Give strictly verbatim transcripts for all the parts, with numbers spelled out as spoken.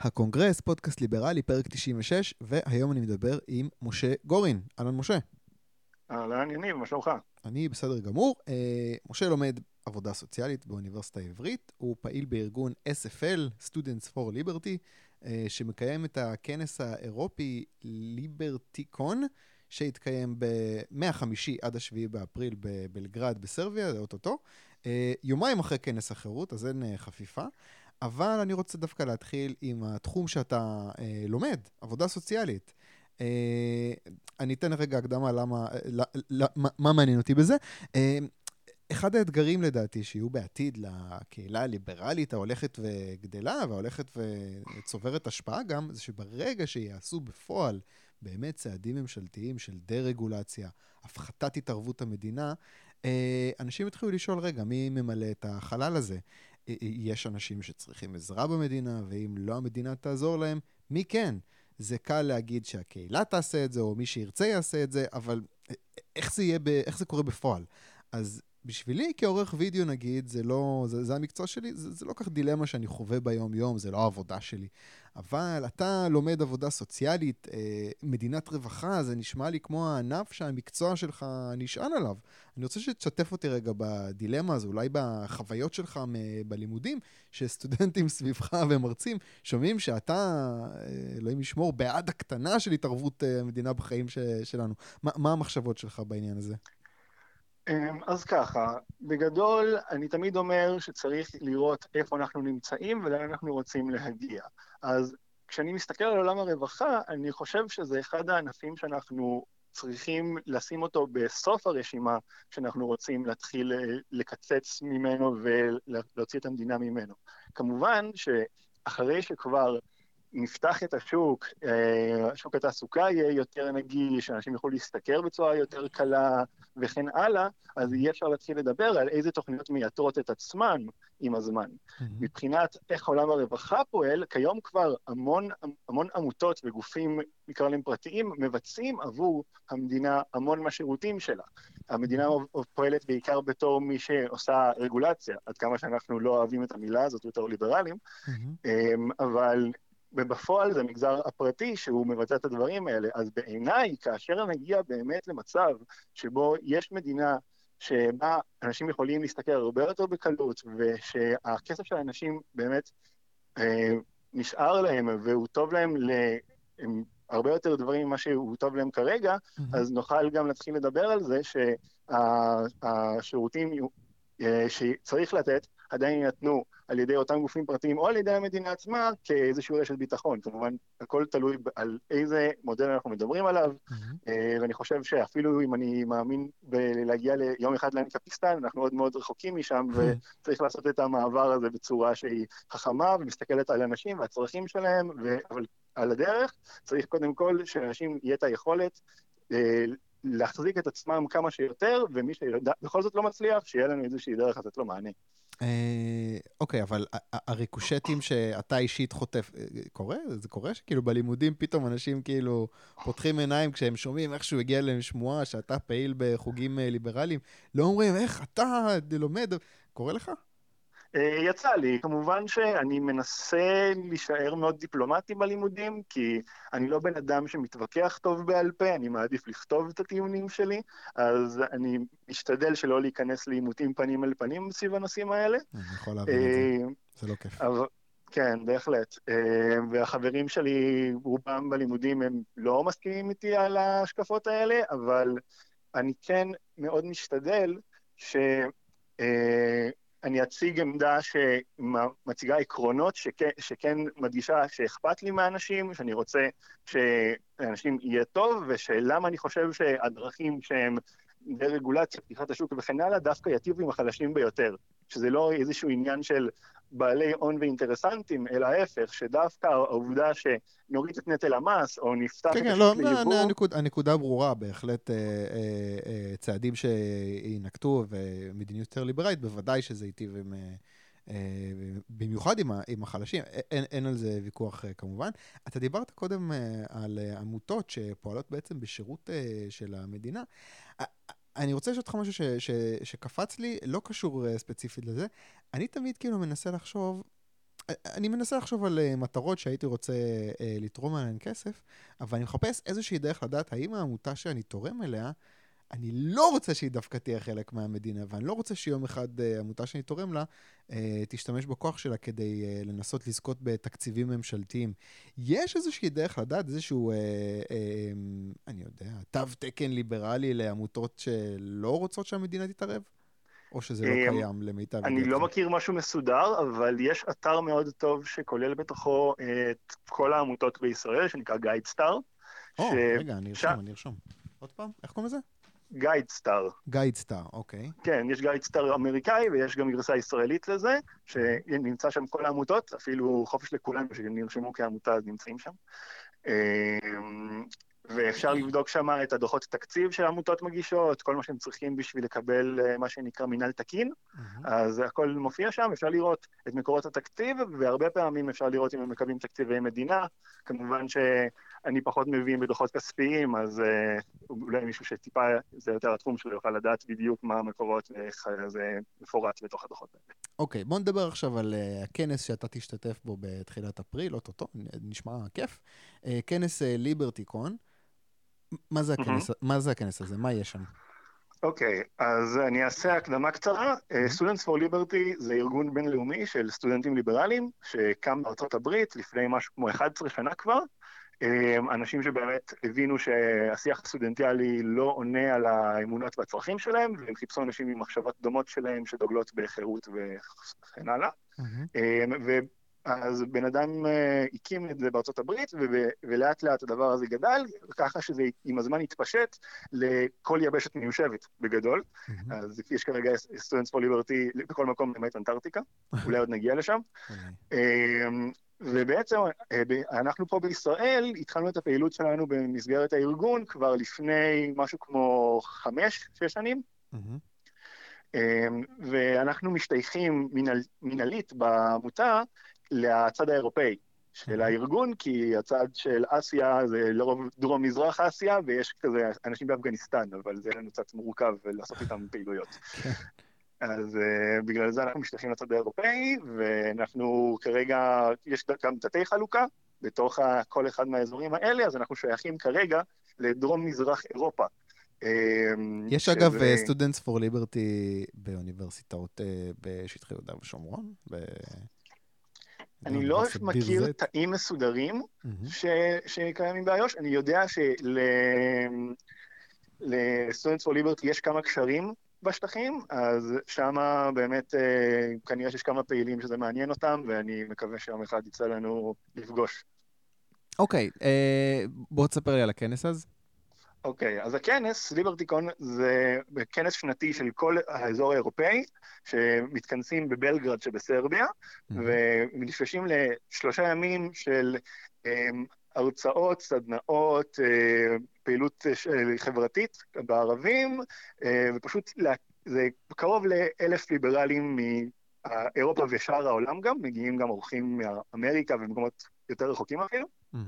הקונגרס, פודקאסט ליברלי, פרק תשעים ושש, והיום אני מדבר עם משה גורין. אהלן משה. אהלן יניב, מה שלומך? אני בסדר גמור. אה, משה לומד עבודה סוציאלית באוניברסיטה העברית, הוא פעיל בארגון אס אף אל, Students for Liberty, אה, שמקיים את הכנס האירופי ליברטיקון, שהתקיים ב-מאה וחמישי עד השביעי באפריל בבלגרד בסרביה, זה אוטוטו. אה, יומיים אחרי כנס החירות, אז אין אה, חפיפה. אבל אני רוצה דווקא להתחיל עם התחום שאתה אה, לומד, עבודה סוציאלית. אה, אני אתן רגע הקדמה למה, ל, ל, מה, מה מעניין אותי בזה. אה, אחד האתגרים לדעתי שיהיו בעתיד לקהילה הליברלית ההולכת וגדלה והולכת וצוברת השפעה גם, זה שברגע שיעשו בפועל באמת צעדים ממשלתיים של דה-רגולציה, הפחתת התערבות המדינה, אה, אנשים יתחילו לשאול, רגע, מי ממלא את החלל הזה? יש אנשים שצריכים עזרה במדינה, ואם לא המדינה תעזור להם, מי כן? זה קל להגיד שהקהילה תעשה את זה, או מי שירצה יעשה את זה, אבל איך זה יהיה, ב... איך זה קורה בפועל? אז בשבילי, כעורך וידאו נגיד, זה לא, זה, זה המקצוע שלי, זה, זה לא כך דילמה שאני חווה ביום יום, זה לא העבודה שלי. אבל אתה לומד עבודה סוציאלית, אה, מדינת רווחה, זה נשמע לי כמו הענף שהמקצוע שלך נשען עליו. אני רוצה שתשתף אותי רגע בדילמה הזו, אולי בחוויות שלך מ- בלימודים, שסטודנטים סביבך ומרצים שומעים שאתה, אלוהים ישמור, בעד הקטנה של התערבות המדינה בחיים ש- שלנו. מה, מה המחשבות שלך בעניין הזה? אז ככה, בגדול אני תמיד אומר שצריך לראות איפה אנחנו נמצאים ולאן אנחנו רוצים להגיע. אז כשאני מסתכל על עולם הרווחה, אני חושב שזה אחד הענפים שאנחנו צריכים לשים אותו בסוף הרשימה, כשאנחנו רוצים להתחיל לקצץ ממנו ולהוציא את המדינה ממנו. כמובן שאחרי שכבר נפתח את השוק, שוק התעסוקה יהיה יותר נגיש, אנשים יוכלו להסתכל בצורה יותר קלה וכן הלאה, אז יהיה אפשר להתחיל לדבר על איזה תוכניות מייתרות את עצמן עם הזמן. Mm-hmm. מבחינת איך עולם הרווחה פועל, כיום כבר המון, המון עמותות וגופים, נקרא להם פרטיים, מבצעים עבור המדינה המון מהשירותים שלה. המדינה פועלת בעיקר בתור מי שעושה רגולציה, עד כמה שאנחנו לא אוהבים את המילה הזאת בתור ליברלים, Mm-hmm. אבל ובפועל זה מגזר הפרטי שהוא מבצע את הדברים האלה. אז בעיניי, כאשר נגיע באמת למצב שבו יש מדינה שבה אנשים יכולים להסתכל הרבה יותר בקלות, ושהכסף של האנשים באמת אה, נשאר להם, והוא טוב להם ל... הרבה יותר דברים ממה שהוא טוב להם כרגע, mm-hmm. אז נוכל גם להתחיל לדבר על זה שהשירותים שצריך לתת עדיין יינתנו על ידי אותם גופים פרטיים או על ידי המדינה עצמה כאיזשהו רשת ביטחון. כמובן, הכל תלוי על איזה מודל אנחנו מדברים עליו, mm-hmm. ואני חושב שאפילו אם אני מאמין בלהגיע ליום אחד לאנקפיסטן, אנחנו עוד מאוד רחוקים משם, mm-hmm. וצריך לעשות את המעבר הזה בצורה שהיא חכמה ומסתכלת על אנשים והצרכים שלהם, ו... אבל על הדרך צריך קודם כל שאנשים יהיה את היכולת להחזיק את עצמם כמה שיותר, ומי שבכל זאת לא מצליח, שיהיה לנו איזושהי דרך לתת לו מענה. אוקיי, אבל הריקושטים שאתה אישית חוטף, קורה? זה קורה שכאילו בלימודים פתאום אנשים כאילו פותחים עיניים כשהם שומעים איכשהו הגיע להם שמועה שאתה פעיל בחוגים ליברליים, לא אומרים איך אתה לומד, קורה לך? יצא לי, כמובן שאני מנסה להישאר מאוד דיפלומטי בלימודים, כי אני לא בן אדם שמתווכח טוב בעל פה, אני מעדיף לכתוב את הטיעונים שלי, אז אני משתדל שלא להיכנס לעימותים פנים אל פנים סביב הנושאים האלה. אני יכול להבין את זה, זה לא כיף. אבל, כן, בהחלט. והחברים שלי, רובם בלימודים, הם לא מסכימים איתי על ההשקפות האלה, אבל אני כן מאוד משתדל ש... אני אציג עמדה שמציגה עקרונות שכן, שכן מדגישה שאכפת לי מהאנשים, שאני רוצה שאנשים יהיה טוב, ושלמה אני חושב שהדרכים שהם דה-רגולציה, פתיחת השוק וכן הלאה, דווקא יטיבו עם החלשים ביותר. שזה לא איזשהו עניין של בעלי הון ואינטרסנטים, אלא ההפך, שדווקא העובדה שנוריד את נטל המס, או נפתח כן, את כן, השוק לא, ליבוא... הנקוד, הנקודה ברורה, בהחלט אה, אה, אה, צעדים שינקטו, ומדיניות יותר ליברלית, בוודאי שזה ייטיב עם... אה, במיוחד עם, עם החלשים, אין, אין על זה ויכוח כמובן. אתה דיברת קודם על עמותות שפועלות בעצם בשירות של המדינה. אני רוצה לשאול אותך משהו ש, ש, שקפץ לי, לא קשור ספציפית לזה. אני תמיד כאילו מנסה לחשוב, אני מנסה לחשוב על uh, מטרות שהייתי רוצה uh, לתרום עליהן כסף, אבל אני מחפש איזושהי דרך לדעת האם העמותה שאני תורם אליה, אני לא רוצה שהיא דווקא תהיה חלק מהמדינה, ואני לא רוצה שיום אחד uh, עמותה שאני תורם לה, uh, תשתמש בכוח שלה כדי uh, לנסות לזכות בתקציבים ממשלתיים. יש איזושהי דרך לדעת, איזשהו, uh, uh, אני יודע, תו תקן ליברלי לעמותות שלא רוצות שהמדינה תתערב? או שזה לא קיים למיטב ידיעתך? אני לא מכיר משהו מסודר, אבל יש אתר מאוד טוב שכולל בתוכו את כל העמותות בישראל, שנקרא גיידסטאר. או, רגע, אני ארשום, אני ארשום. עוד פעם, איך קוראים לזה? גיידסטאר. גיידסטאר, אוקיי. כן, יש גיידסטאר אמריקאי ויש גם גרסה ישראלית לזה, שנמצא שם כל העמותות, אפילו חופש לכולנו שנרשמו כעמותה אז נמצאים שם. ואפשר לבדוק שם את הדוחות התקציב של העמותות מגישות, כל מה שהם צריכים בשביל לקבל מה שנקרא מינהל תקין, אז הכל מופיע שם, אפשר לראות את מקורות התקציב, והרבה פעמים אפשר לראות אם הם מקבלים תקציבי מדינה, כמובן שאני פחות מבין בדוחות כספיים, אז אולי מישהו שטיפה זה יותר התחום שלו יוכל לדעת בדיוק מה המקורות ואיך זה מפורט לתוך הדוחות האלה. אוקיי, בוא נדבר עכשיו על הכנס שאתה תשתתף בו בתחילת אפריל, אוטוטו, נשמע כיף, כנס ליברטיקון. מה זה הכנס, מה זה הכנס הזה? מה יש שם? אוקיי, אז אני אעשה הקדמה קצרה. Students for Liberty זה ארגון בינלאומי של סטודנטים ליברליים, שקם בארצות הברית לפני משהו כמו אחת עשרה שנה כבר. אנשים שבאמת הבינו שהשיח הסטודנטיאלי לא עונה על האמונות והצרכים שלהם, והם חיפשו אנשים עם מחשבות דומות שלהם שדוגלות בחירות וכן הלאה. אז בן אדם הקים את זה בארצות הברית, ולאט לאט הדבר הזה גדל, ככה שזה עם הזמן התפשט לכל יבשת מיושבת בגדול. אז יש כרגע Students for Liberty בכל מקום למעט אנטארקטיקה, אולי עוד נגיע לשם. ובעצם אנחנו פה בישראל התחלנו את הפעילות שלנו במסגרת הארגון כבר לפני משהו כמו חמש, שש שנים. ואנחנו משתייכים מנהלית בעמותה לצד האירופאי של הארגון, כי הצד של אסיה זה לרוב דרום-מזרח אסיה, ויש כזה אנשים באפגניסטן, אבל זה לנו קצת מורכב לעשות איתם פעילויות. אז uh, בגלל זה אנחנו משתייכים לצד האירופאי, ואנחנו כרגע, יש גם תתי חלוקה בתוך כל אחד מהאזורים האלה, אז אנחנו שייכים כרגע לדרום-מזרח אירופה. יש אגב Students for Liberty באוניברסיטאות בשטחי יהודה ושומרון? אני לא מכיר תאים מסודרים שקיימים באיו"ש, אני יודע של-Students for Liberty יש כמה קשרים בשטחים, אז שם באמת כנראה שיש כמה פעילים שזה מעניין אותם, ואני מקווה שיום אחד יצא לנו לפגוש. אוקיי, בוא תספר לי על הכנס אז. אוקיי, אז הכנס, ליברטיקון, זה כנס שנתי של כל האזור האירופאי, שמתכנסים בבלגרד שבסרביה, ונפגשים לשלושה ימים של הרצאות, סדנאות, פעילות חברתית בערבים, ופשוט זה קרוב לאלף ליברלים מאירופה ושאר העולם גם, מגיעים גם אורחים מאמריקה ומקומות יותר רחוקים אפילו.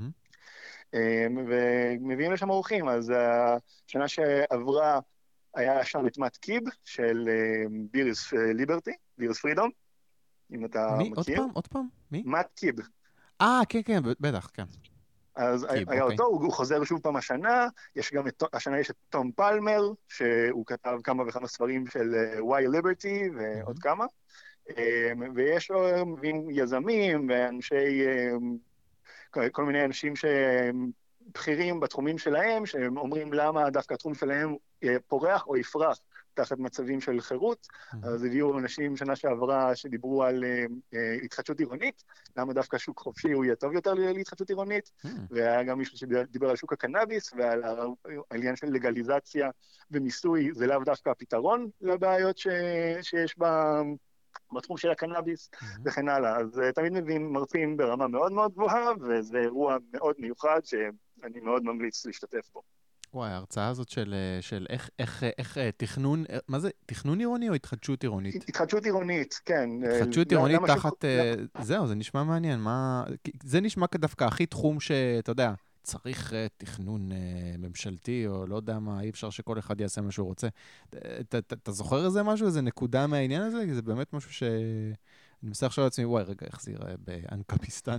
ומביאים לשם אורחים, אז השנה שעברה היה שם את מאט קיב של בירס ליברטי, בירס פרידום, אם אתה מכיר. עוד פעם? עוד פעם? מי? מאט קיב. אה, כן, כן, בטח, כן. אז היה אותו, הוא חוזר שוב פעם השנה, יש גם, השנה יש את תום פלמר, שהוא כתב כמה וכמה ספרים של Why Liberty ועוד כמה, ויש לו יזמים ואנשי... כל מיני אנשים שהם בכירים בתחומים שלהם, שהם אומרים למה דווקא התחום שלהם פורח או יפרח תחת מצבים של חירות. אז הביאו אנשים שנה שעברה שדיברו על התחדשות עירונית, למה דווקא שוק חופשי הוא יהיה טוב יותר להתחדשות עירונית, והיה גם מישהו שדיבר על שוק הקנאביס ועל העניין של לגליזציה ומיסוי, זה לאו דווקא הפתרון לבעיות שיש בה... בתחום של הקנאביס וכן הלאה. אז תמיד מביאים מרצים ברמה מאוד מאוד גבוהה, וזה אירוע מאוד מיוחד שאני מאוד ממליץ להשתתף בו. וואי, ההרצאה הזאת של, של איך, איך, איך תכנון, מה זה, תכנון עירוני או התחדשות עירונית? התחדשות עירונית, כן. התחדשות עירונית תחת, זהו, זה נשמע מעניין, מה, זה נשמע כדווקא הכי תחום שאתה יודע, צריך תכנון ממשלתי, או לא יודע מה, אי אפשר שכל אחד יעשה מה שהוא רוצה. אתה זוכר איזה משהו, איזה נקודה מהעניין הזה? זה באמת משהו אני מנסה עכשיו לעצמי, וואי, רגע, איך זה יראה באנקפיסטן?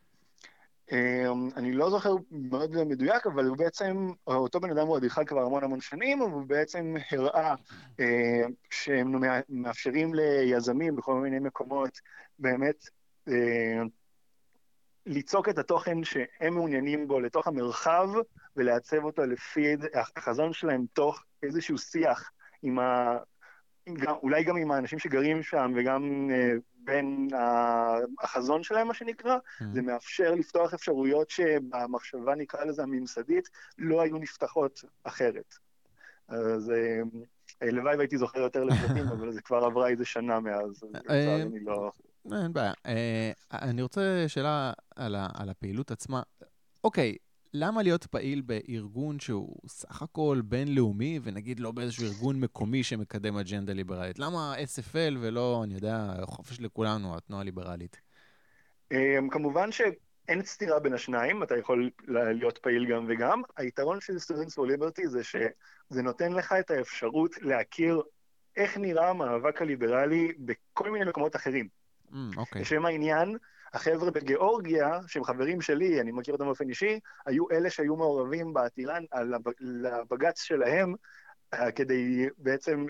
אני לא זוכר מאוד מדויק, אבל הוא בעצם, אותו בן אדם הוא אדריכל כבר המון המון שנים, והוא בעצם הראה שהם מאפשרים ליזמים בכל מיני מקומות באמת ליצוק את התוכן שהם מעוניינים בו לתוך המרחב, ולעצב אותו לפי החזון שלהם תוך איזשהו שיח עם ה... אולי גם עם האנשים שגרים שם, וגם בין החזון שלהם, מה שנקרא, זה מאפשר לפתוח אפשרויות שבמחשבה, נקרא לזה הממסדית, לא היו נפתחות אחרת. אז לוואי והייתי זוכר יותר לפרטים, אבל זה כבר עברה איזה שנה מאז, לצערי אני לא... אין בעיה. אני רוצה שאלה על הפעילות עצמה. אוקיי, למה להיות פעיל בארגון שהוא סך הכל בינלאומי, ונגיד לא באיזשהו ארגון מקומי שמקדם אג'נדה ליברלית? למה אס אף אל ולא, אני יודע, חופש לכולנו, התנועה ליברלית? כמובן שאין סתירה בין השניים, אתה יכול להיות פעיל גם וגם. היתרון של Students for Liberty זה שזה נותן לך את האפשרות להכיר איך נראה המאבק הליברלי בכל מיני מקומות אחרים. אוקיי. לשם העניין, החבר'ה בגיאורגיה, שהם חברים שלי, אני מכיר אותם באופן אישי, היו אלה שהיו מעורבים בעתירה על הבג"ץ שלהם, כדי בעצם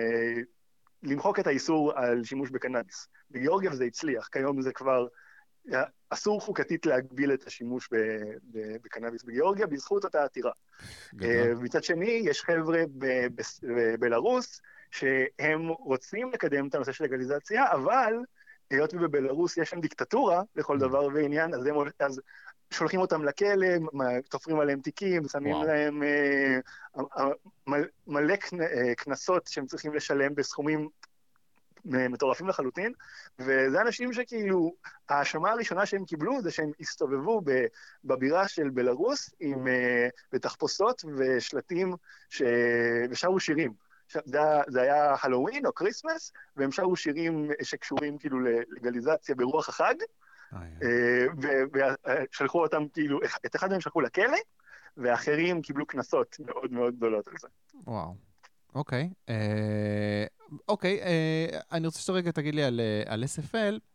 למחוק את האיסור על שימוש בקנאביס. בגיאורגיה זה הצליח, כיום זה כבר אסור חוקתית להגביל את השימוש בקנאביס בגיאורגיה, בזכות אותה עתירה. מצד שני, יש חבר'ה בבלרוס, שהם רוצים לקדם את הנושא של לגליזציה, אבל היות ובבלרוס יש שם דיקטטורה לכל דבר ועניין, אז, הם, אז שולחים אותם לכלא, תופרים עליהם תיקים, שמים וואו. להם אה, מל, מלא כנסות שהם צריכים לשלם בסכומים מטורפים לחלוטין, וזה אנשים שכאילו, ההאשמה הראשונה שהם קיבלו זה שהם הסתובבו בבירה של בלרוס עם אה, בתחפושות ושלטים ש... ושרו שירים. זה, זה היה הלואוין או קריסמס, והם שרו שירים שקשורים כאילו ללגליזציה ברוח החג, ושלחו אותם כאילו, את אחד מהם שלחו לכלא, ואחרים קיבלו כנסות מאוד מאוד גדולות על זה. וואו, אוקיי. אוקיי, אני רוצה שרגע תגיד לי על אס אף אל,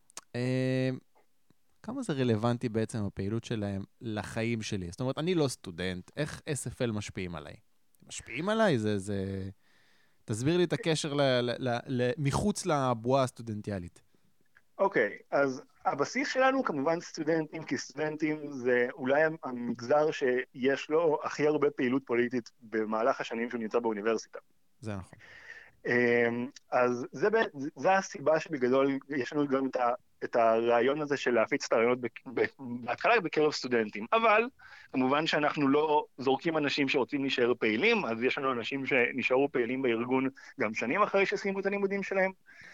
כמה זה רלוונטי בעצם הפעילות שלהם לחיים שלי? זאת אומרת, אני לא סטודנט, איך אס אף אל משפיעים עליי? משפיעים עליי? זה... זה... תסביר לי את הקשר ל- ל- ל- ל- מחוץ לבועה הסטודנטיאלית. אוקיי, okay, אז הבסיס שלנו כמובן סטודנטים, כי סטודנטים זה אולי המגזר שיש לו הכי הרבה פעילות פוליטית במהלך השנים שהוא נמצא באוניברסיטה. זה נכון. אז זה, זה הסיבה שבגדול יש לנו גם את, ה, את הרעיון הזה של להפיץ את הרעיונות בהתחלה בקרב סטודנטים, אבל כמובן שאנחנו לא זורקים אנשים שרוצים להישאר פעילים, אז יש לנו אנשים שנשארו פעילים בארגון גם שנים אחרי שסיימו את הלימודים שלהם,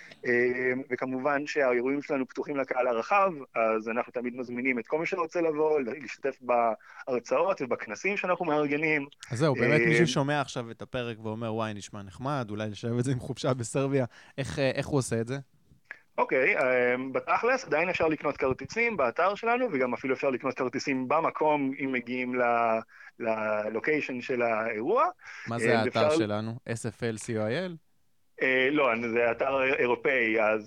וכמובן שהאירועים שלנו פתוחים לקהל הרחב, אז אנחנו תמיד מזמינים את כל מי שרוצה לבוא, להשתתף בהרצאות ובכנסים שאנחנו מארגנים. אז זהו, באמת מי ששומע עכשיו את הפרק ואומר, וואי, נשמע נחמד, אולי לשלב את זה עם חופשה בסרביה, איך, איך הוא עושה את זה? אוקיי, בתכלס עדיין אפשר לקנות כרטיסים באתר שלנו, וגם אפילו אפשר לקנות כרטיסים במקום אם מגיעים ללוקיישן של האירוע. מה זה האתר שלנו? אס אף אל סי או איי אל? לא, זה אתר אירופאי, אז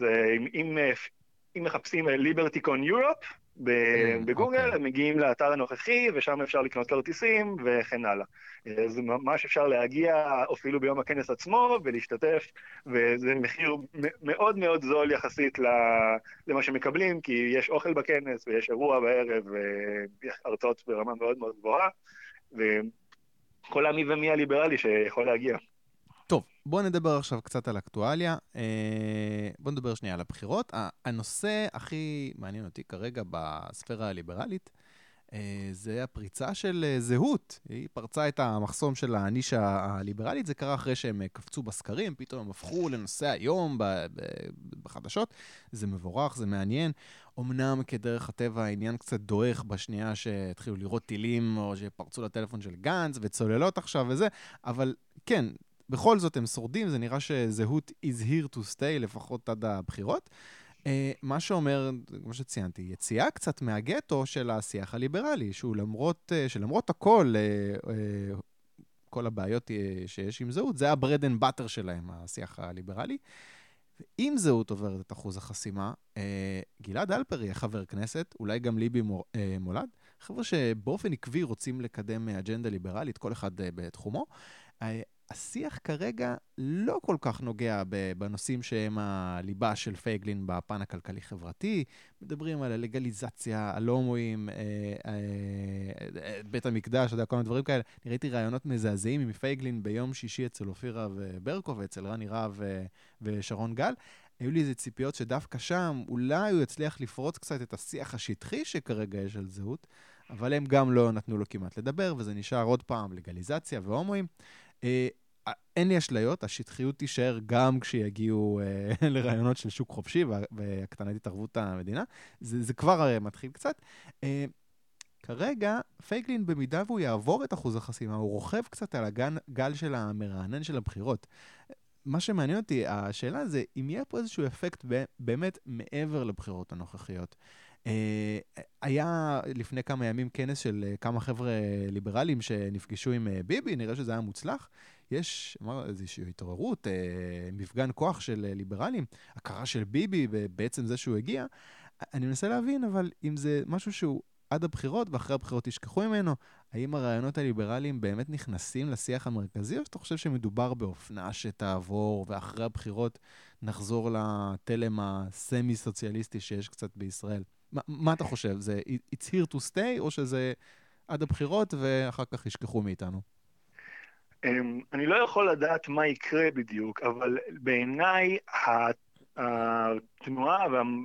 אם מחפשים ליברטיקון יורופ בגוגל, הם מגיעים לאתר הנוכחי, ושם אפשר לקנות כרטיסים וכן הלאה. אז ממש אפשר להגיע אפילו ביום הכנס עצמו ולהשתתף, וזה מחיר מאוד מאוד זול יחסית למה שמקבלים, כי יש אוכל בכנס ויש אירוע בערב והרצאות ברמה מאוד מאוד גבוהה, וכל המי ומי הליברלי שיכול להגיע. טוב, בואו נדבר עכשיו קצת על אקטואליה. בואו נדבר שנייה על הבחירות. הנושא הכי מעניין אותי כרגע בספירה הליברלית, זה הפריצה של זהות. היא פרצה את המחסום של הנישה הליברלית, זה קרה אחרי שהם קפצו בסקרים, פתאום הם הפכו לנושא היום בחדשות. זה מבורך, זה מעניין. אמנם כדרך הטבע העניין קצת דועך בשנייה שהתחילו לראות טילים, או שפרצו לטלפון של גנץ וצוללות עכשיו וזה, אבל כן, בכל זאת הם שורדים, זה נראה שזהות is here to stay, לפחות עד הבחירות. Uh, מה שאומר, כמו שציינתי, יציאה קצת מהגטו של השיח הליברלי, שהוא למרות, uh, שלמרות הכל, uh, uh, כל הבעיות uh, שיש עם זהות, זה הברד אנד באטר שלהם, השיח הליברלי. ואם זהות עוברת את אחוז החסימה, גלעד אלפר יהיה חבר כנסת, אולי גם ליבי מולד, חבר'ה שבאופן עקבי רוצים לקדם אג'נדה ליברלית, כל אחד בתחומו. השיח כרגע לא כל כך נוגע בנושאים שהם הליבה של פייגלין בפן הכלכלי-חברתי, מדברים על הלגליזציה, על הומואים, בית המקדש, כל מיני דברים כאלה. אני ראיתי רעיונות מזעזעים עם פייגלין ביום שישי אצל אופירה וברקו ואצל רני רהב ושרון גל. היו לי איזה ציפיות שדווקא שם אולי הוא יצליח לפרוץ קצת את השיח השטחי שכרגע יש על זהות, אבל הם גם לא נתנו לו כמעט לדבר, וזה נשאר עוד פעם לגליזציה והומואים. אין לי אשליות, השטחיות תישאר גם כשיגיעו לרעיונות של שוק חופשי והקטנת התערבות המדינה. זה, זה כבר מתחיל קצת. כרגע, פייגלין במידה והוא יעבור את אחוז החסימה, הוא רוכב קצת על הגל של המרענן של הבחירות. מה שמעניין אותי, השאלה זה, אם יהיה פה איזשהו אפקט באמת מעבר לבחירות הנוכחיות. היה לפני כמה ימים כנס של כמה חבר'ה ליברליים שנפגשו עם ביבי, נראה שזה היה מוצלח. יש איזושהי התעוררות, מפגן כוח של ליברלים, הכרה של ביבי בעצם זה שהוא הגיע. אני מנסה להבין, אבל אם זה משהו שהוא עד הבחירות ואחרי הבחירות תשכחו ממנו, האם הרעיונות הליברליים באמת נכנסים לשיח המרכזי, או שאתה חושב שמדובר באופנה שתעבור ואחרי הבחירות נחזור לתלם הסמי-סוציאליסטי שיש קצת בישראל? מה, מה אתה חושב? זה it's here to stay, או שזה עד הבחירות ואחר כך ישכחו מאיתנו? אני לא יכול לדעת מה יקרה בדיוק, אבל בעיניי התנועה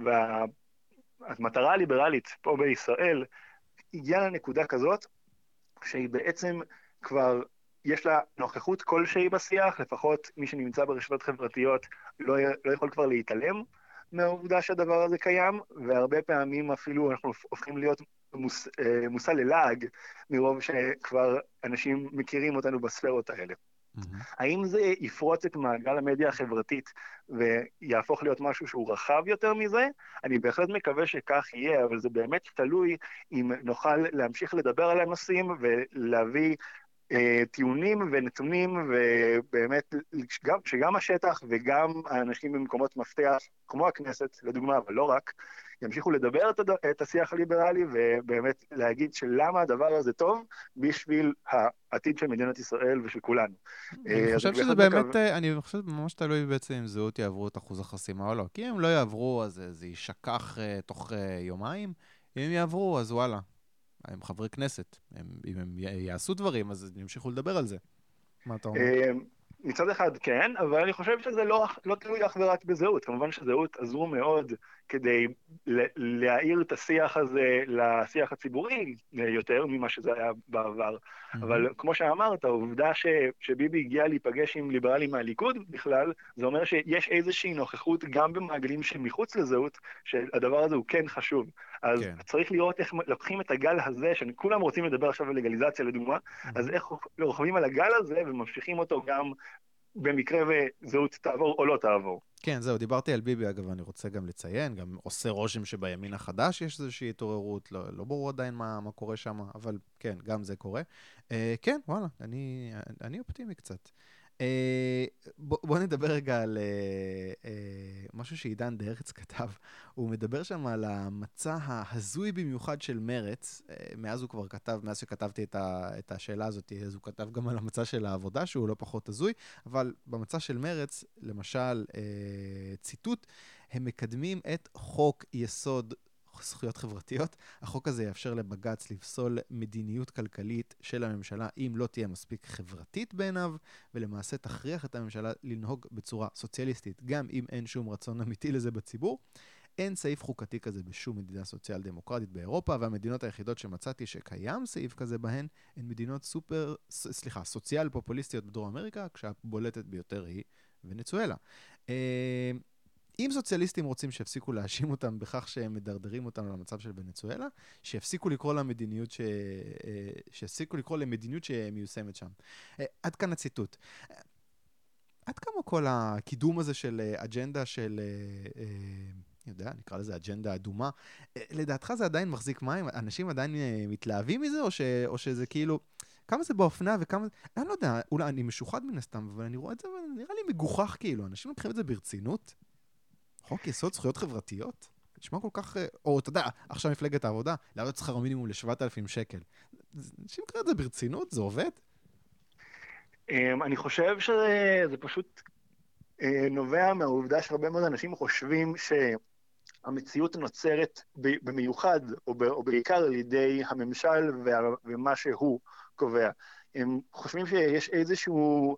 והמטרה הליברלית פה בישראל הגיעה לנקודה כזאת, שהיא בעצם כבר יש לה נוכחות כלשהי בשיח, לפחות מי שנמצא ברשתות חברתיות לא, לא יכול כבר להתעלם מהעובדה שהדבר הזה קיים, והרבה פעמים אפילו אנחנו הופכים להיות מוס, מושא ללעג, מרוב שכבר אנשים מכירים אותנו בספרות האלה. Mm-hmm. האם זה יפרוץ את מעגל המדיה החברתית ויהפוך להיות משהו שהוא רחב יותר מזה? אני בהחלט מקווה שכך יהיה, אבל זה באמת תלוי אם נוכל להמשיך לדבר על הנושאים ולהביא טיעונים ונתונים, ובאמת שגם, שגם השטח וגם האנשים במקומות מפתח, כמו הכנסת, לדוגמה, אבל לא רק, ימשיכו לדבר את, הד... את השיח הליברלי, ובאמת להגיד שלמה הדבר הזה טוב, בשביל העתיד של מדינת ישראל ושל כולנו. אני חושב שזה באמת, מקו... אני חושב ממש תלוי בעצם אם זהות יעברו את אחוז החסימה או לא, כי אם לא יעברו, אז זה יישכח תוך יומיים, אם יעברו, אז וואלה. הם חברי כנסת. הם, אם הם יעשו דברים, אז ימשיכו לדבר על זה. מה אתה אומר? מצד אחד כן, אבל אני חושב שזה לא, לא תלוי אך ורק בזהות. כמובן שזהות עזרו מאוד כדי להעיר את השיח הזה לשיח הציבורי יותר ממה שזה היה בעבר. Mm-hmm. אבל כמו שאמרת, העובדה ש, שביבי הגיע להיפגש עם ליברלים מהליכוד בכלל, זה אומר שיש איזושהי נוכחות גם במעגלים שמחוץ לזהות, שהדבר הזה הוא כן חשוב. אז כן. צריך לראות איך לוקחים את הגל הזה, שכולם רוצים לדבר עכשיו על לגליזציה לדוגמה, mm-hmm. אז איך רוכבים על הגל הזה וממשיכים אותו גם במקרה וזהות תעבור או לא תעבור. כן, זהו, דיברתי על ביבי, אגב, אני רוצה גם לציין, גם עושה רושם שבימין החדש יש איזושהי התעוררות, לא, לא ברור עדיין מה, מה קורה שם, אבל כן, גם זה קורה. אה, כן, וואלה, אני, אני אופטימי קצת. אה, בוא, בוא נדבר רגע על אה, אה, משהו שעידן דרץ כתב. הוא מדבר שם על המצע ההזוי במיוחד של מרץ. אה, מאז הוא כבר כתב, מאז שכתבתי את, ה, את השאלה הזאת, אז הוא כתב גם על המצע של העבודה, שהוא לא פחות הזוי, אבל במצע של מרץ, למשל, אה, ציטוט, הם מקדמים את חוק יסוד זכויות חברתיות. החוק הזה יאפשר לבג"ץ לפסול מדיניות כלכלית של הממשלה אם לא תהיה מספיק חברתית בעיניו, ולמעשה תכריח את הממשלה לנהוג בצורה סוציאליסטית, גם אם אין שום רצון אמיתי לזה בציבור. אין סעיף חוקתי כזה בשום מדינה סוציאל דמוקרטית באירופה, והמדינות היחידות שמצאתי שקיים סעיף כזה בהן, הן מדינות סופר, סליחה, סוציאל פופוליסטיות בדרום אמריקה, כשהבולטת ביותר היא ונצואלה. אם סוציאליסטים רוצים שיפסיקו להאשים אותם בכך שהם מדרדרים אותם למצב של ונצואלה, שיפסיקו לקרוא למדיניות ש... שיפסיקו לקרוא למדיניות שמיושמת שם. עד כאן הציטוט. עד כמה כל הקידום הזה של אג'נדה של, אני יודע, נקרא לזה אג'נדה אדומה, לדעתך זה עדיין מחזיק מים? אנשים עדיין מתלהבים מזה, או, ש... או שזה כאילו... כמה זה באופנה וכמה... אני לא יודע, אולי אני משוחד מן הסתם, אבל אני רואה את זה, ונראה לי מגוחך כאילו. אנשים לוקחים את זה ברצינות? חוק יסוד זכויות חברתיות? נשמע כל כך, או אתה יודע, עכשיו מפלגת העבודה, להעלות שכר המינימום ל-שבעת אלפים שקל. אנשים קרא את זה ברצינות? זה עובד? אני חושב שזה פשוט נובע מהעובדה שהרבה מאוד אנשים חושבים שהמציאות נוצרת במיוחד, או בעיקר על ידי הממשל ומה שהוא קובע. הם חושבים שיש איזשהו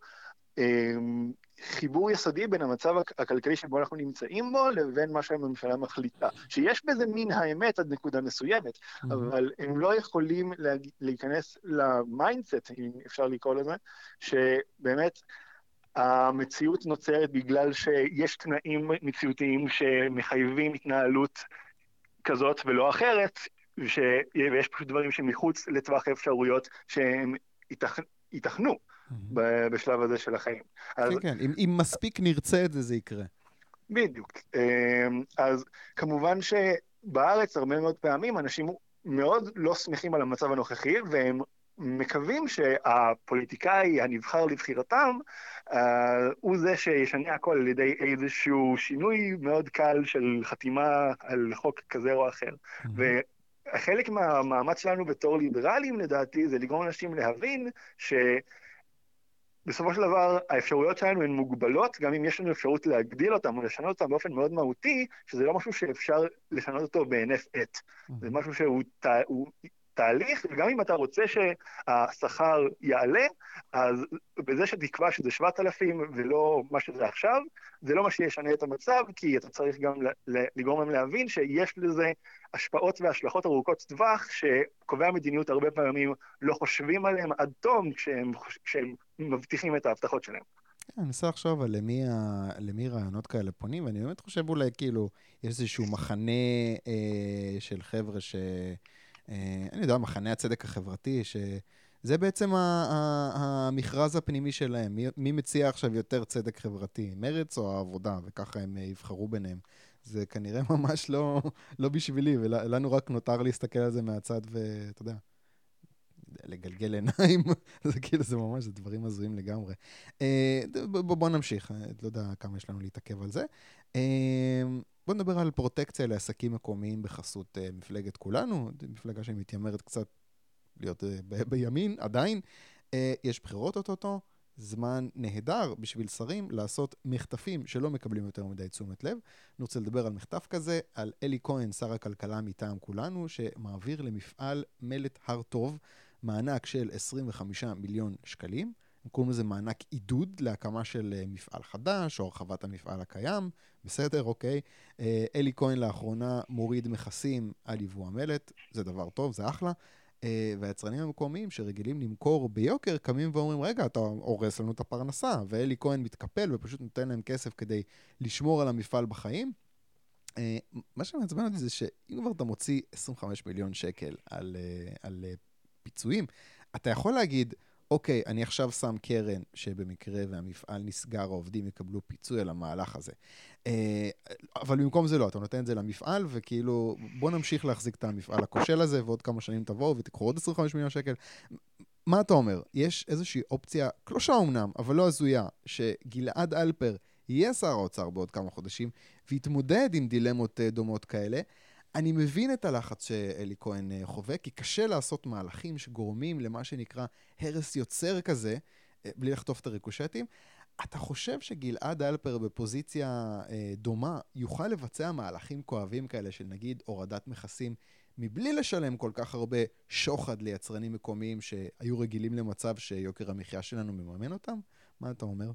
חיבור יסודי בין המצב הכלכלי שבו אנחנו נמצאים בו, לבין מה שהממשלה מחליטה. שיש בזה מין האמת עד נקודה מסוימת, אבל הם לא יכולים להיכנס למיינדסט, אם אפשר לקרוא לזה, שבאמת המציאות נוצרת בגלל שיש תנאים מציאותיים שמחייבים התנהלות כזאת ולא אחרת, ויש פשוט דברים שמחוץ לטווח האפשרויות שהם ייתכנו. בשלב הזה של החיים. כן, כן, אם מספיק נרצה את זה, זה יקרה. בדיוק. אז כמובן שבארץ הרבה מאוד פעמים אנשים מאוד לא שמחים על המצב הנוכחי, והם מקווים שהפוליטיקאי הנבחר לבחירתם, הוא זה שישנה הכל על ידי איזשהו שינוי מאוד קל של חתימה על חוק כזה או אחר. ו... חלק מהמאמץ שלנו בתור ליברלים, לדעתי, זה לגרום אנשים להבין ש... בסופו של דבר, האפשרויות שלנו הן מוגבלות, גם אם יש לנו אפשרות להגדיל אותם או לשנות אותם באופן מאוד מהותי, שזה לא משהו שאפשר לשנות אותו בהינף עת. זה משהו שהוא תה, הוא תהליך, וגם אם אתה רוצה שהשכר יעלה, אז בזה שתקווה שזה שבעת אלפים ולא מה שזה עכשיו, זה לא מה שישנה את המצב, כי אתה צריך גם לגרום להם להבין שיש לזה השפעות והשלכות ארוכות טווח, שקובעי המדיניות הרבה פעמים לא חושבים עליהם עד תום כשהם, כשהם מבטיחים את ההבטחות שלהם. אני מנסה לחשוב על למי, ה... למי רעיונות כאלה פונים, ואני באמת חושב אולי כאילו, יש איזשהו מחנה אה, של חבר'ה ש... אה, אני יודע, מחנה הצדק החברתי, שזה בעצם ה... ה... המכרז הפנימי שלהם. מי... מי מציע עכשיו יותר צדק חברתי, מרץ או העבודה, וככה הם יבחרו ביניהם. זה כנראה ממש לא, לא בשבילי, ולנו רק נותר להסתכל על זה מהצד, ואתה יודע, לגלגל עיניים, זה כאילו, זה ממש, זה דברים הזויים לגמרי. בוא, בוא נמשיך, לא יודע כמה יש לנו להתעכב על זה. בוא נדבר על פרוטקציה לעסקים מקומיים בחסות מפלגת כולנו, מפלגה שמתיימרת קצת להיות ב- בימין, עדיין. יש בחירות אוטוטו, זמן נהדר בשביל שרים לעשות מחטפים שלא מקבלים יותר מדי תשומת לב. אני רוצה לדבר על מחטף כזה, על אלי כהן, שר הכלכלה מטעם כולנו, שמעביר למפעל מלט הר טוב, מענק של עשרים וחמישה מיליון שקלים. הם קוראים לזה מענק עידוד להקמה של מפעל חדש, או הרחבת המפעל הקיים. בסדר, אוקיי. אלי כהן לאחרונה מוריד מכסים על יבוא המלט, זה דבר טוב, זה אחלה. והיצרנים המקומיים שרגילים למכור ביוקר, קמים ואומרים, רגע, אתה הורס לנו את הפרנסה, ואלי כהן מתקפל ופשוט נותן להם כסף כדי לשמור על המפעל בחיים. מה שמעצבן אותי זה שאם כבר אתה מוציא עשרים וחמישה מיליון שקל על, על פיצויים, אתה יכול להגיד, אוקיי, אני עכשיו שם קרן שבמקרה והמפעל נסגר, העובדים יקבלו פיצוי על המהלך הזה. אבל במקום זה לא, אתה נותן את זה למפעל, וכאילו, בוא נמשיך להחזיק את המפעל הכושל הזה, ועוד כמה שנים תבואו ותקחו עוד עשרים וחמישה מיליון שקל. מה אתה אומר? יש איזושהי אופציה, קלושה אומנם, אבל לא הזויה, שגלעד אלפר יהיה שר האוצר בעוד כמה חודשים, ויתמודד עם דילמות דומות כאלה. אני מבין את הלחץ שאלי כהן חווה, כי קשה לעשות מהלכים שגורמים למה שנקרא הרס יוצר כזה, בלי לחטוף את הריקושטים. אתה חושב שגלעד אלפר בפוזיציה דומה יוכל לבצע מהלכים כואבים כאלה של נגיד הורדת מכסים, מבלי לשלם כל כך הרבה שוחד ליצרנים מקומיים שהיו רגילים למצב שיוקר המחיה שלנו מממן אותם? מה אתה אומר?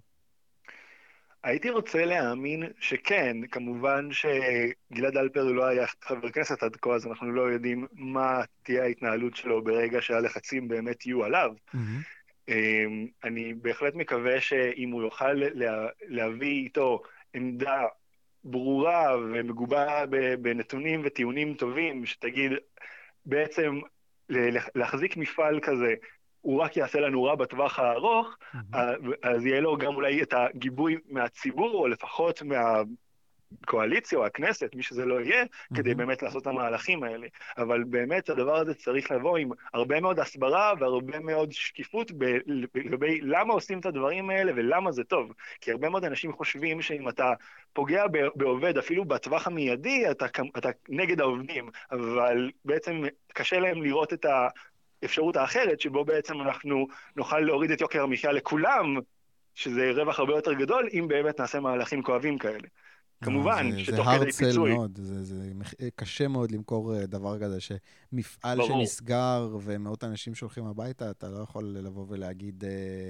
הייתי רוצה להאמין שכן, כמובן שגלעד אלפר לא היה חבר כנסת עד כה, אז אנחנו לא יודעים מה תהיה ההתנהלות שלו ברגע שהלחצים באמת יהיו עליו. Mm-hmm. אני בהחלט מקווה שאם הוא יוכל לה, להביא איתו עמדה ברורה ומגובה בנתונים וטיעונים טובים, שתגיד בעצם להחזיק מפעל כזה, הוא רק יעשה לנו רע בטווח הארוך, mm-hmm. אז יהיה לו גם אולי את הגיבוי מהציבור, או לפחות מה, הקואליציה או הכנסת, מי שזה לא יהיה, כדי באמת לעשות את המהלכים האלה. אבל באמת הדבר הזה צריך לבוא עם הרבה מאוד הסברה והרבה מאוד שקיפות לגבי למה עושים את הדברים האלה ולמה זה טוב. כי הרבה מאוד אנשים חושבים שאם אתה פוגע בעובד, אפילו בטווח המיידי, אתה, אתה נגד העובדים, אבל בעצם קשה להם לראות את האפשרות האחרת, שבו בעצם אנחנו נוכל להוריד את יוקר המחיה לכולם, שזה רווח הרבה יותר גדול, אם באמת נעשה מהלכים כואבים כאלה. כמובן, זה, שתוך זה כדי פיצוי. זה מאוד, זה, זה קשה מאוד למכור דבר כזה, שמפעל ברור. שנסגר ומאות אנשים שולחים הביתה, אתה לא יכול לבוא ולהגיד,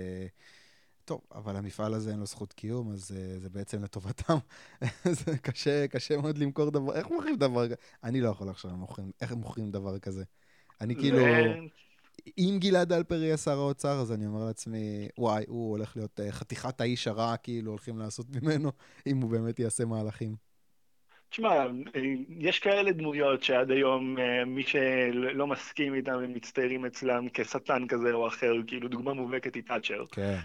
טוב, אבל המפעל הזה אין לו זכות קיום, אז זה, זה בעצם לטובתם. זה קשה, קשה מאוד למכור דבר, איך מוכרים דבר כזה? אני לא יכול עכשיו מוכרים, איך מוכרים דבר כזה? אני כאילו... אם גלעד אלפר יהיה שר האוצר, אז אני אומר לעצמי, וואי, הוא הולך להיות חתיכת האיש הרע, כאילו הולכים לעשות ממנו, אם הוא באמת יעשה מהלכים. תשמע, יש כאלה דמויות שעד היום מי שלא מסכים איתם הם מצטיירים אצלם כסטן כזה או אחר, כאילו דוגמה מובהקת היא תאצ'ר. כן.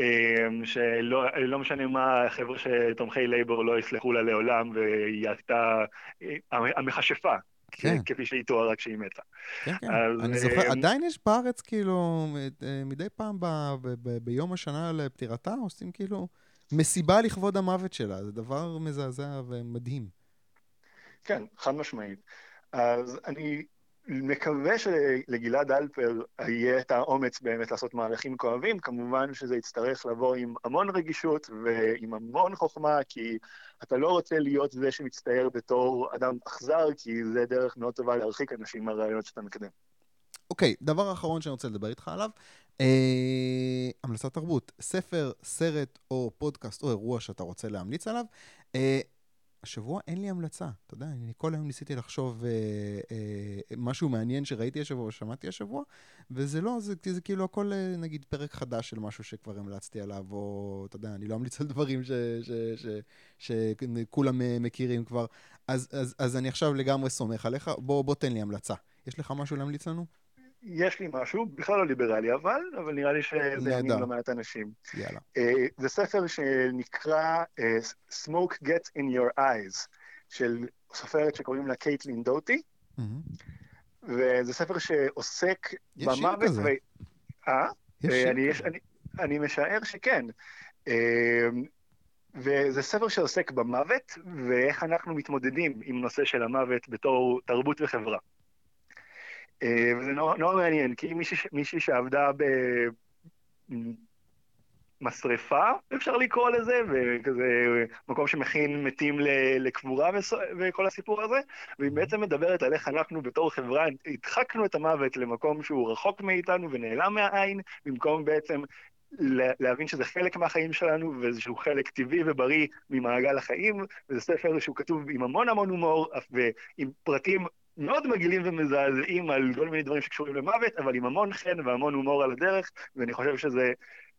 שלא לא משנה מה, חבר'ה שתומכי לייבור לא יסלחו לה לעולם, והיא הייתה המכשפה. כן. כפי שהיא תוארה כשהיא מתה. כן, כן. אז, אני זוכר, עדיין יש בארץ כאילו, מדי פעם ב, ב, ב, ביום השנה לפטירתה, עושים כאילו מסיבה לכבוד המוות שלה. זה דבר מזעזע ומדהים. כן, חד משמעית. אז אני מקווה שלגלעד אלפר יהיה את האומץ באמת לעשות מהלכים כואבים, כמובן שזה יצטרך לבוא עם המון רגישות ועם המון חוכמה, כי אתה לא רוצה להיות זה שמצטייר בתור אדם אכזר, כי זה דרך מאוד טובה להרחיק אנשים מהרעיונות שאתה מקדם. אוקיי, דבר אחרון שאני רוצה לדבר איתך עליו, אה, המלצת תרבות, ספר, סרט או פודקאסט או אירוע שאתה רוצה להמליץ עליו, אה, השבוע אין לי המלצה, אתה יודע, אני כל היום ניסיתי לחשוב אה, אה, משהו מעניין שראיתי השבוע או שמעתי השבוע, וזה לא, זה, זה כאילו הכל, נגיד, פרק חדש של משהו שכבר המלצתי עליו, או, אתה יודע, אני לא אמליץ על דברים שכולם מכירים כבר, אז, אז, אז אני עכשיו לגמרי סומך עליך, בוא, בוא תן לי המלצה. יש לך משהו להמליץ לנו? יש לי משהו, בכלל לא ליברלי, אבל, אבל נראה לי שזה יעניין לא מעט אנשים. יאללה. Uh, זה ספר שנקרא uh, Smoke Gets in Your Eyes, של סופרת שקוראים לה קייטלין דוטי, mm-hmm. וזה ספר שעוסק יש במוות... שיר כזה. ו... אה? יש שיר אני, כזה. אני, אני משער שכן. Uh, וזה ספר שעוסק במוות, ואיך אנחנו מתמודדים עם נושא של המוות בתור תרבות וחברה. וזה נורא, נורא מעניין, כי מישהי, מישהי שעבדה במשרפה, אפשר לקרוא לזה, וכזה מקום שמכין מתים לקבורה וכל הסיפור הזה, והיא בעצם מדברת על איך אנחנו בתור חברה הדחקנו את המוות למקום שהוא רחוק מאיתנו ונעלם מהעין, במקום בעצם להבין שזה חלק מהחיים שלנו, ואיזשהו חלק טבעי ובריא ממעגל החיים, וזה ספר שהוא כתוב עם המון המון הומור, ועם פרטים מאוד מגעילים ומזעזעים על כל מיני דברים שקשורים למוות, אבל עם המון חן והמון הומור על הדרך, ואני חושב שזה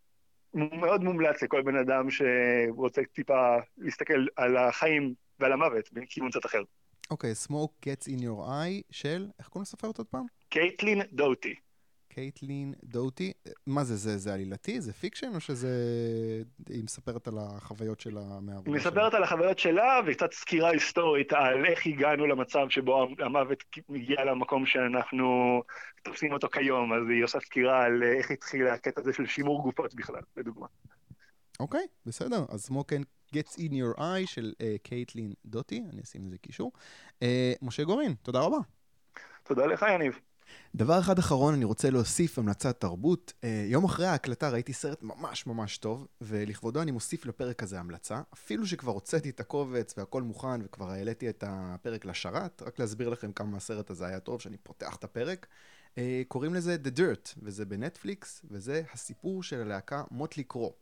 מאוד מומלץ לכל בן אדם שרוצה טיפה להסתכל על החיים ועל המוות בכיוון קצת אחר. אוקיי, Smoke Gets in Your Eye של, איך קוראים לספרת עוד פעם? קייטלין דוטי. קייטלין דוטי, מה זה, זה, זה עלילתי? זה פיקשן או שזה, היא מספרת על החוויות שלה מהעבודה שלה? היא מספרת על החוויות שלה וקצת סקירה היסטורית על איך הגענו למצב שבו המוות מגיע למקום שאנחנו תופסים אותו כיום, אז היא עושה סקירה על איך התחיל הקטע הזה של שימור גופות בכלל, לדוגמה. אוקיי, בסדר, אז Smoke Gets in Your Eye של קייטלין דוטי, אני אשים איזה קישור. משה גורין, תודה רבה. תודה לך, יניב. דבר אחד אחרון, אני רוצה להוסיף המלצת תרבות. יום אחרי ההקלטה ראיתי סרט ממש ממש טוב, ולכבודו אני מוסיף לפרק הזה המלצה. אפילו שכבר הוצאתי את הקובץ והכל מוכן, וכבר העליתי את הפרק לשרת, רק להסביר לכם כמה הסרט הזה היה טוב, שאני פותח את הפרק. קוראים לזה The Dirt, וזה בנטפליקס, וזה הסיפור של הלהקה מוטלי קרו.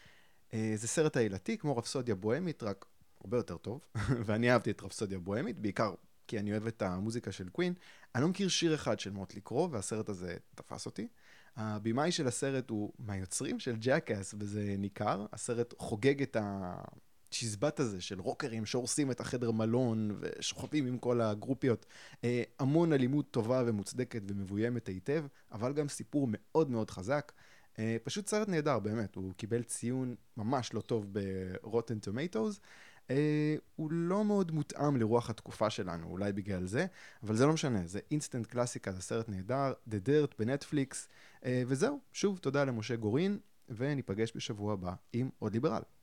זה סרט העילתי, כמו רפסודיה בוהמית, רק הרבה יותר טוב, ואני אהבתי את רפסודיה בוהמית, בעיקר כי אני אוהב את המוזיקה של קווין. אני לא מכיר שיר אחד של מוטלי קרו, והסרט הזה תפס אותי. הבימאי של הסרט הוא מהיוצרים של ג'קאס, וזה ניכר. הסרט חוגג את הצ'יזבט הזה של רוקרים שהורסים את החדר מלון, ושוכבים עם כל הגרופיות. המון אלימות טובה ומוצדקת ומבוימת היטב, אבל גם סיפור מאוד מאוד חזק. פשוט סרט נהדר, באמת. הוא קיבל ציון ממש לא טוב ב-Rotten Tomatoes. אה, הוא לא מאוד מותאם לרוח התקופה שלנו, אולי בגלל זה, אבל זה לא משנה, זה אינסטנט קלאסיקה, זה סרט נהדר, The Dirt בנטפליקס, אה, וזהו, שוב תודה למשה גורין, וניפגש בשבוע הבא עם עוד ליברל.